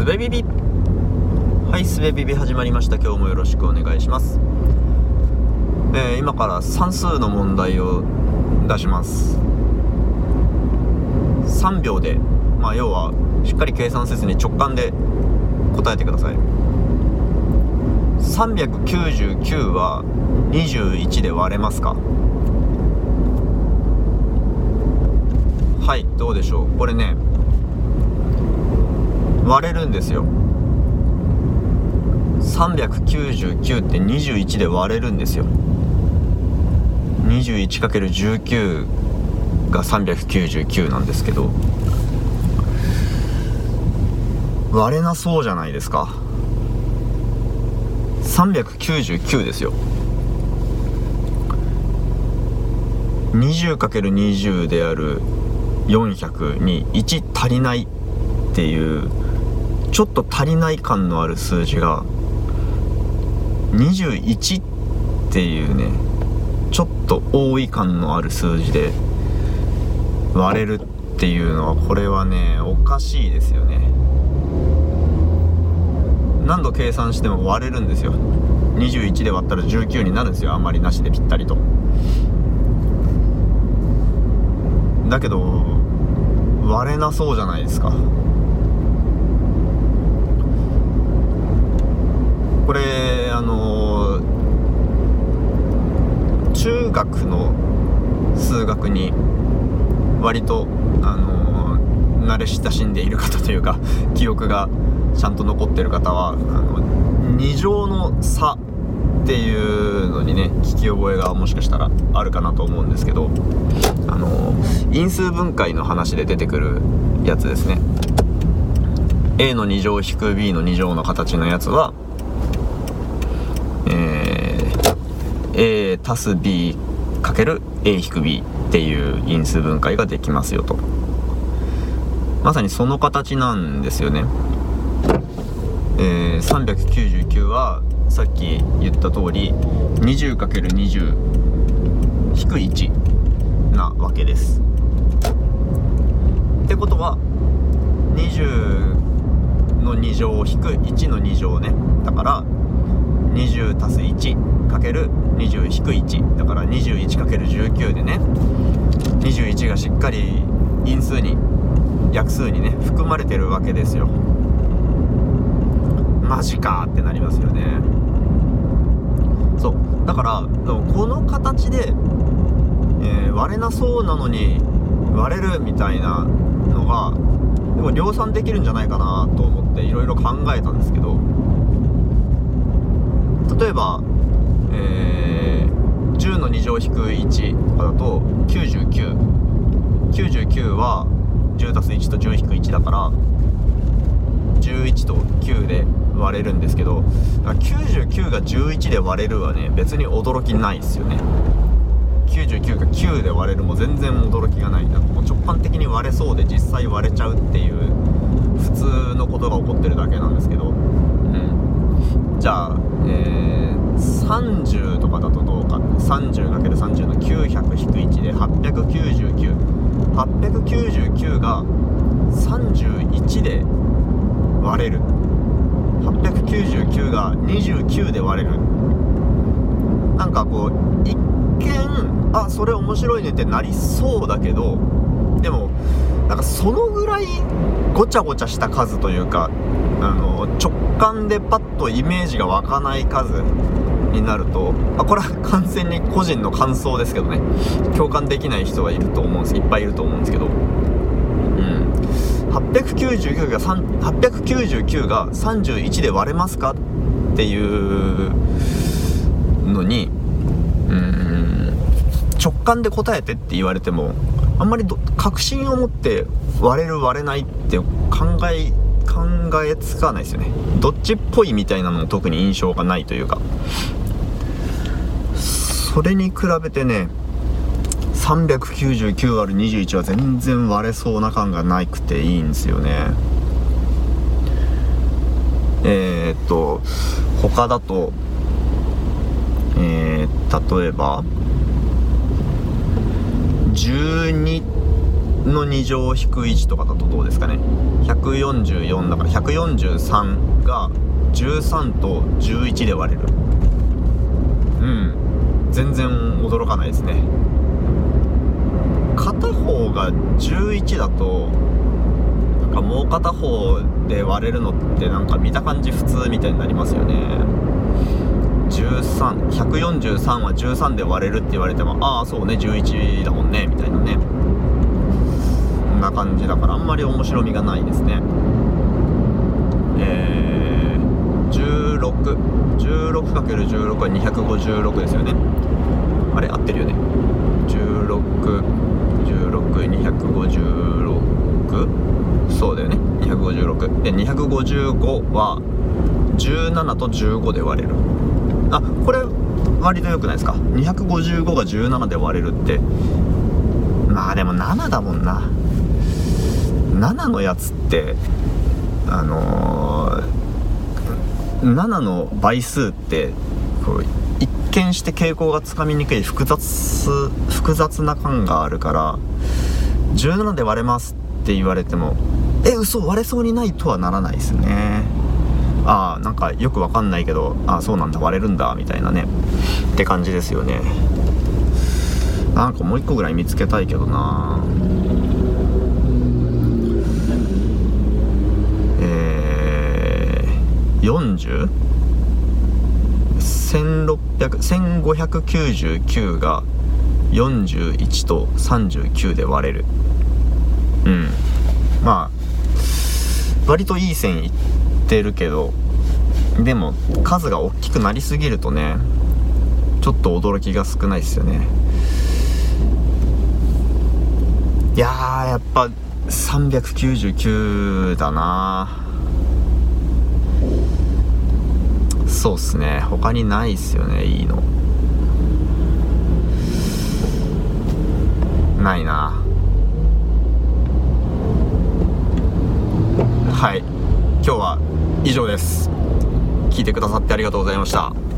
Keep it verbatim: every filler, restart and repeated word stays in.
すべビビ。はい、すべビビ始まりました。今日もよろしくお願いします。えー、今から算数の問題を出します。さんびょうで、まあ要はしっかり計算せずに直感で答えてください。さんびゃくきゅうじゅうきゅうはにじゅういちで割れますか？はい、どうでしょう。これね、割れるんですよ。さんびゃくきゅうじゅうきゅうってにじゅういちで割れるんですよ。 にじゅういちかけるじゅうきゅう がさんびゃくきゅうじゅうきゅうなんですけど、割れなそうじゃないですか。さんびゃくきゅうじゅうきゅうですよ。 にじゅうかけるにじゅう であるよんひゃくにいち足りないっていう、ちょっと足りない感のある数字がにじゅういちっていうね、ちょっと多い感のある数字で割れるっていうのは、これはねおかしいですよね。何度計算しても割れるんですよ。にじゅういちで割ったらじゅうきゅうになるんですよ。あんまりなしでぴったりと。だけど割れなそうじゃないですか。これあのー、中学の数学に割とあのー、慣れ親しんでいる方というか記憶がちゃんと残っている方は、あのに乗の差っていうのにね聞き覚えがもしかしたらあるかなと思うんですけど、あの因数分解の話で出てくるやつですね。 A のに乗引く B のに乗の形のやつは、えー、A 足す B かける A 引く B っていう因数分解ができますよと。まさにその形なんですよね。えー、さんびゃくきゅうじゅうきゅうはさっき言った通り にじゅうかけるにじゅう 引くいちなわけです。ってことはにじゅうのに乗引くいちのに乗ね。だからにじゅう足すいちかけるにじゅう引くいちだからにじゅういちかけるじゅうきゅうでね、にじゅういちがしっかり因数に約数にね含まれてるわけですよ。マジかってなりますよね。そうだからこの形で、えー、割れなそうなのに割れるみたいなのがでも量産できるんじゃないかなと思っていろいろ考えたんですけど、例えば、えー、じゅうのに乗引くいちとかだときゅうじゅうきゅう きゅうじゅうきゅうはじゅう足すいちとじゅう引くいちだからじゅういちときゅうで割れるんですけど、きゅうじゅうきゅうがじゅういちで割れるはね別に驚きないですよね。きゅうじゅうきゅうがきゅうで割れるも全然驚きがない。なんかもう直感的に割れそうで実際割れちゃうっていう普通のことが起こってるだけなんですけど、うん、じゃあ、えー、さんじゅうとかだとどうか。 さんじゅうかけるさんじゅう のきゅうひゃく引くいちではっぴゃくきゅうじゅうきゅう はっぴゃくきゅうじゅうきゅうがさんじゅういちで割れる、はっぴゃくきゅうじゅうきゅうがにじゅうきゅうで割れる。なんかこう一見あそれ面白いねってなりそうだけど、でもなんかそのぐらいごちゃごちゃした数というか、あの直感でパッとイメージが湧かない数になると、あこれは完全に個人の感想ですけどね、共感できない人はいると思うんです、いっぱいいると思うんですけど、はっぴゃくきゅうじゅうきゅうがはっぴゃくきゅうじゅうきゅうがさんじゅういちで割れますかっていうのに、うーん直感で答えてって言われてもあんまり確信を持って割れる割れないって考え考えつかないですよね。どっちっぽいみたいなのも特に印象がないというか、それに比べてねさんびゃくきゅうじゅうきゅう割るにじゅういちは全然割れそうな感がなくていいんですよね。えー、っと他だと、えー、例えばじゅうにのに乗引くいちとかだとどうですかね。ひゃくよんじゅうよんだからひゃくよんじゅうさんがじゅうさんとじゅういちで割れる。うん全然驚かないですね。片方がじゅういちだとなんかもう片方で割れるのってなんか見た感じ普通みたいになりますよね。じゅうさん、ひゃくよんじゅうさんはじゅうさんで割れるって言われても、ああそうねじゅういちだもんねみたいなね、こんな感じだからあんまり面白みがないですね。えー、じゅうろく じゅうろくかけるじゅうろく はにひゃくごじゅうろくですよね。あれ合ってるよね。じゅうろく、じゅうろく、にひゃくごじゅうろく、そうだよね。にひゃくごじゅうろくでにひゃくごじゅうごはじゅうななとじゅうごで割れる。あ、これ割と良くないですか。にひゃくごじゅうごがじゅうななで割れるって、まあでもななだもんな。ななのやつってあのー、ななの倍数ってこう一見して傾向がつかみにくい複雑複雑な感があるから、じゅうななで割れますって言われてもえ嘘割れそうにないとはならないですね。ああなんかよくわかんないけど、ああそうなんだ割れるんだみたいなねって感じですよね。なんかもう一個ぐらい見つけたいけどな。えー、よんじゅう せんろっぴゃく せんごひゃくきゅうじゅうきゅうがよんじゅういちとさんじゅうきゅうで割れる。うんまあ割といい線いってるけど、でも数が大きくなりすぎるとねちょっと驚きが少ないですよね。いやーやっぱさんびゃくきゅうじゅうきゅうだな。そうっすね、他にないっすよねいいの。ないな。はい今日は以上です。聞いてくださってありがとうございました。